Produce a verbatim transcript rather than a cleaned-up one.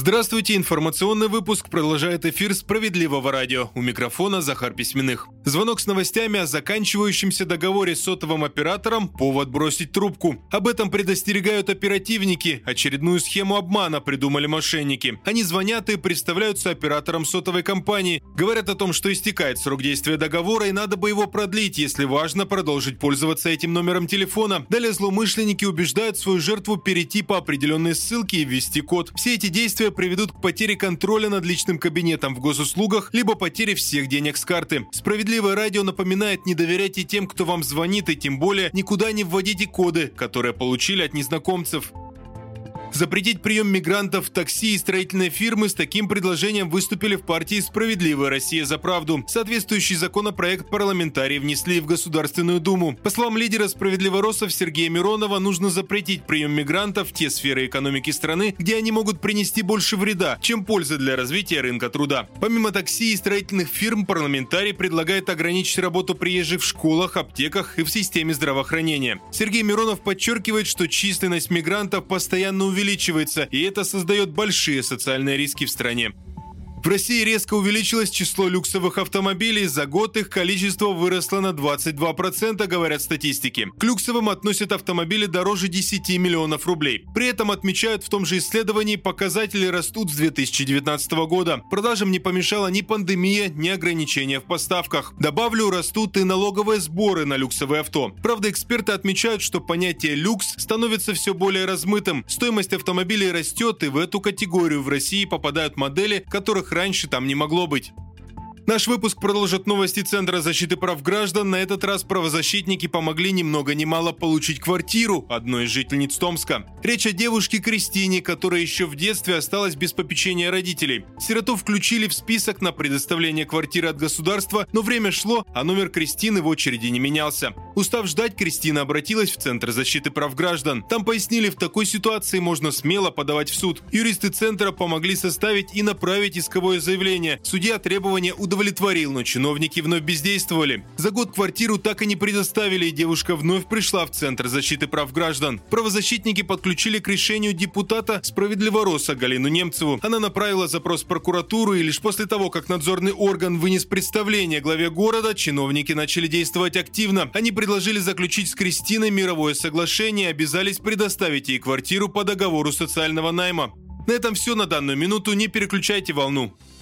Здравствуйте, информационный выпуск продолжает эфир «Справедливого радио». У микрофона Захар Письменных. Звонок с новостями о заканчивающемся договоре с сотовым оператором – повод бросить трубку. Об этом предостерегают оперативники. Очередную схему обмана придумали мошенники. Они звонят и представляются оператором сотовой компании. Говорят о том, что истекает срок действия договора и надо бы его продлить, если важно продолжить пользоваться этим номером телефона. Далее злоумышленники убеждают свою жертву перейти по определенной ссылке и ввести код. Все эти действия приведут к потере контроля над личным кабинетом в госуслугах, либо потере всех денег с карты. Справедливое радио напоминает: не доверяйте тем, кто вам звонит, и тем более никуда не вводите коды, которые получили от незнакомцев. Запретить прием мигрантов в такси и строительные фирмы. С таким предложением выступили в партии «Справедливая Россия за правду». Соответствующий законопроект парламентарии внесли в Государственную Думу. По словам лидера «Справедливоросов» Сергея Миронова, нужно запретить прием мигрантов в те сферы экономики страны, где они могут принести больше вреда, чем пользы для развития рынка труда. Помимо такси и строительных фирм, парламентарий предлагает ограничить работу приезжих в школах, аптеках и в системе здравоохранения. Сергей Миронов подчеркивает, что численность мигрантов постоянно увеличивается. увеличивается, и это создает большие социальные риски в стране. В России резко увеличилось число люксовых автомобилей. За год их количество выросло на двадцать два процента, говорят статистики. К люксовым относят автомобили дороже десяти миллионов рублей. При этом отмечают, в том же исследовании показатели растут с две тысячи девятнадцатого года. Продажам не помешала ни пандемия, ни ограничения в поставках. Добавлю, растут и налоговые сборы на люксовые авто. Правда, эксперты отмечают, что понятие «люкс» становится все более размытым. Стоимость автомобилей растет, и в эту категорию в России попадают модели, которых раньше там не могло быть. Наш выпуск продолжит новости Центра защиты прав граждан. На этот раз правозащитники помогли ни много ни мало получить квартиру одной из жительниц Томска. Речь о девушке Кристине, которая еще в детстве осталась без попечения родителей. Сироту включили в список на предоставление квартиры от государства, но время шло, а номер Кристины в очереди не менялся. Устав ждать, Кристина обратилась в Центр защиты прав граждан. Там пояснили, в такой ситуации можно смело подавать в суд. Юристы Центра помогли составить и направить исковое заявление. Судья требования удовлетворил. удовлетворил, но чиновники вновь бездействовали. За год квартиру так и не предоставили, и девушка вновь пришла в Центр защиты прав граждан. Правозащитники подключили к решению депутата «Справедливороса» Галину Немцеву. Она направила запрос в прокуратуру, и лишь после того, как надзорный орган вынес представление главе города, чиновники начали действовать активно. Они предложили заключить с Кристиной мировое соглашение и обязались предоставить ей квартиру по договору социального найма. На этом все на данную минуту. Не переключайте волну.